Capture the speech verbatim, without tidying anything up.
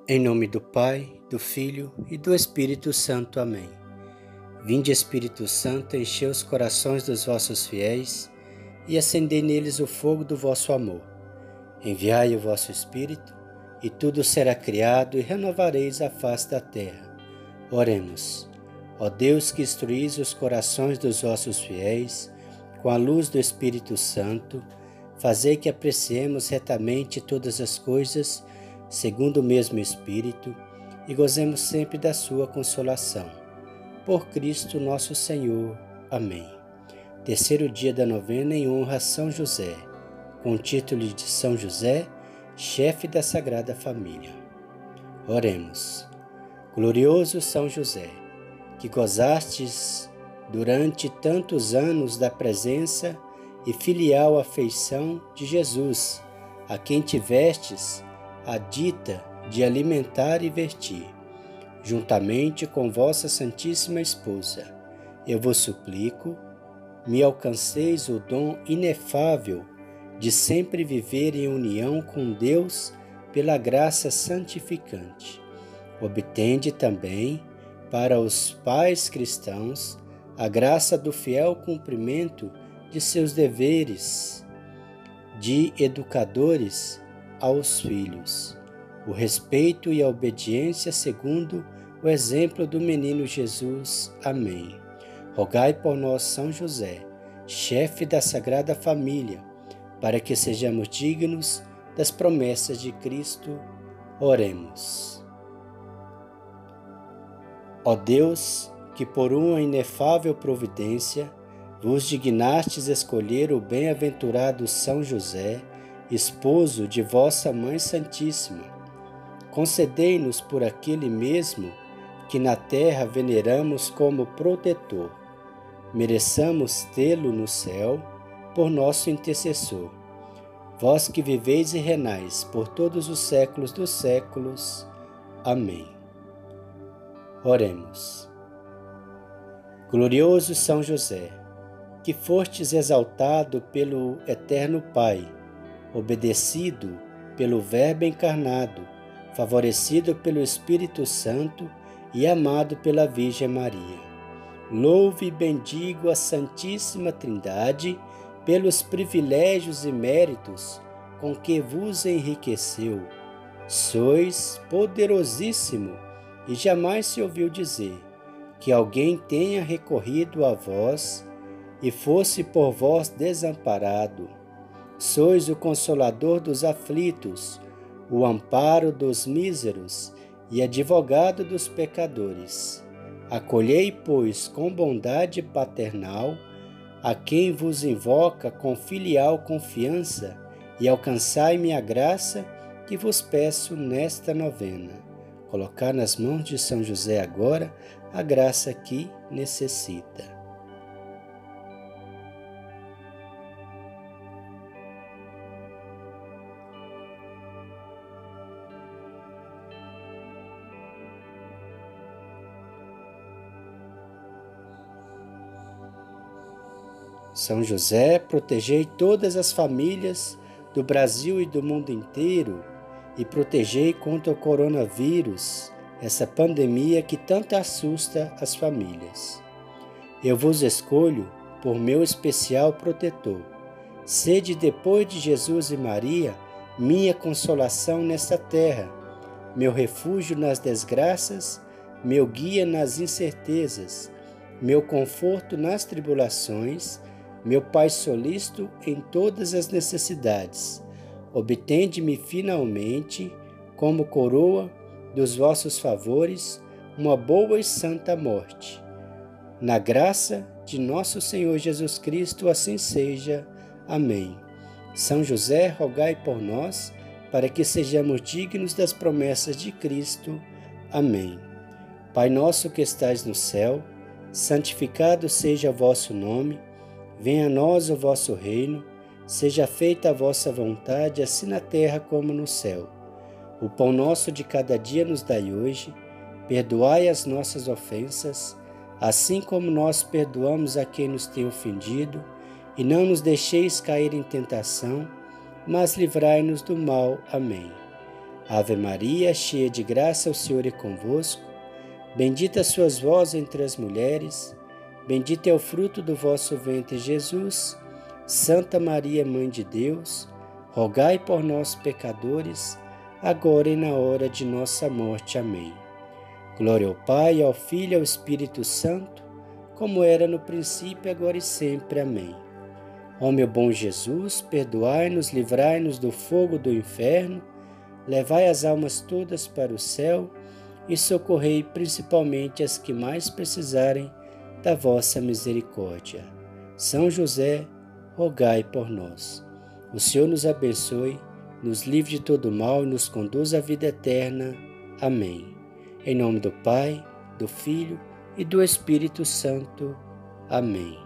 Em nome do Pai, do Filho e do Espírito Santo. Amém. Vinde, Espírito Santo, enchei os corações dos vossos fiéis e acendei neles o fogo do vosso amor. Enviai o vosso Espírito, e tudo será criado, e renovareis a face da terra. Oremos. Ó Deus, que instruís os corações dos vossos fiéis com a luz do Espírito Santo, fazei que apreciemos retamente todas as coisas segundo o mesmo Espírito, e gozemos sempre da sua consolação. Por Cristo nosso Senhor. Amém. Terceiro dia da novena em honra a São José, com o título de São José, chefe da Sagrada Família. Oremos. Glorioso São José, que gozastes durante tantos anos da presença e filial afeição de Jesus, a quem tivestes a dita de alimentar e vestir, juntamente com vossa Santíssima Esposa, eu vos suplico, me alcanceis o dom inefável de sempre viver em união com Deus pela graça santificante. Obtende também, para os pais cristãos, a graça do fiel cumprimento de seus deveres de educadores aos filhos, o respeito e a obediência segundo o exemplo do menino Jesus. Amém. Rogai por nós, São José, chefe da Sagrada Família, para que sejamos dignos das promessas de Cristo. Oremos. Ó Deus, que por uma inefável providência vos dignastes escolher o bem-aventurado São José, esposo de vossa Mãe Santíssima, concedei-nos por aquele mesmo que na terra veneramos como protetor, mereçamos tê-lo no céu por nosso intercessor. Vós que viveis e reinais por todos os séculos dos séculos. Amém. Oremos. Glorioso São José, que fostes exaltado pelo Eterno Pai, obedecido pelo Verbo encarnado, favorecido pelo Espírito Santo e amado pela Virgem Maria. Louve e bendigo a Santíssima Trindade pelos privilégios e méritos com que vos enriqueceu. Sois poderosíssimo e jamais se ouviu dizer que alguém tenha recorrido a vós e fosse por vós desamparado. Sois o consolador dos aflitos, o amparo dos míseros e advogado dos pecadores. Acolhei, pois, com bondade paternal a quem vos invoca com filial confiança e alcançai-me a graça que vos peço nesta novena. Colocar nas mãos de São José agora a graça que necessita. São José, protegei todas as famílias do Brasil e do mundo inteiro e protegei contra o coronavírus, essa pandemia que tanto assusta as famílias. Eu vos escolho por meu especial protetor. Sede, depois de Jesus e Maria, minha consolação nesta terra, meu refúgio nas desgraças, meu guia nas incertezas, meu conforto nas tribulações, meu Pai solícito em todas as necessidades. Obtende-me finalmente, como coroa dos vossos favores, uma boa e santa morte. Na graça de nosso Senhor Jesus Cristo, assim seja. Amém. São José, rogai por nós, para que sejamos dignos das promessas de Cristo. Amém. Pai nosso que estais no céu, santificado seja o vosso nome. Venha a nós o vosso reino, seja feita a vossa vontade, assim na terra como no céu. O pão nosso de cada dia nos dai hoje, perdoai as nossas ofensas, assim como nós perdoamos a quem nos tem ofendido, e não nos deixeis cair em tentação, mas livrai-nos do mal. Amém. Ave Maria, cheia de graça, o Senhor é convosco. Bendita sois vós entre as mulheres, bendito é o fruto do vosso ventre, Jesus. Santa Maria, Mãe de Deus, rogai por nós, pecadores, agora e na hora de nossa morte. Amém. Glória ao Pai, ao Filho e ao Espírito Santo, como era no princípio, agora e sempre. Amém. Ó meu bom Jesus, perdoai-nos, livrai-nos do fogo do inferno, levai as almas todas para o céu e socorrei principalmente as que mais precisarem da vossa misericórdia. São José, rogai por nós. O Senhor nos abençoe, nos livre de todo mal e nos conduz à vida eterna. Amém. Em nome do Pai, do Filho e do Espírito Santo. Amém.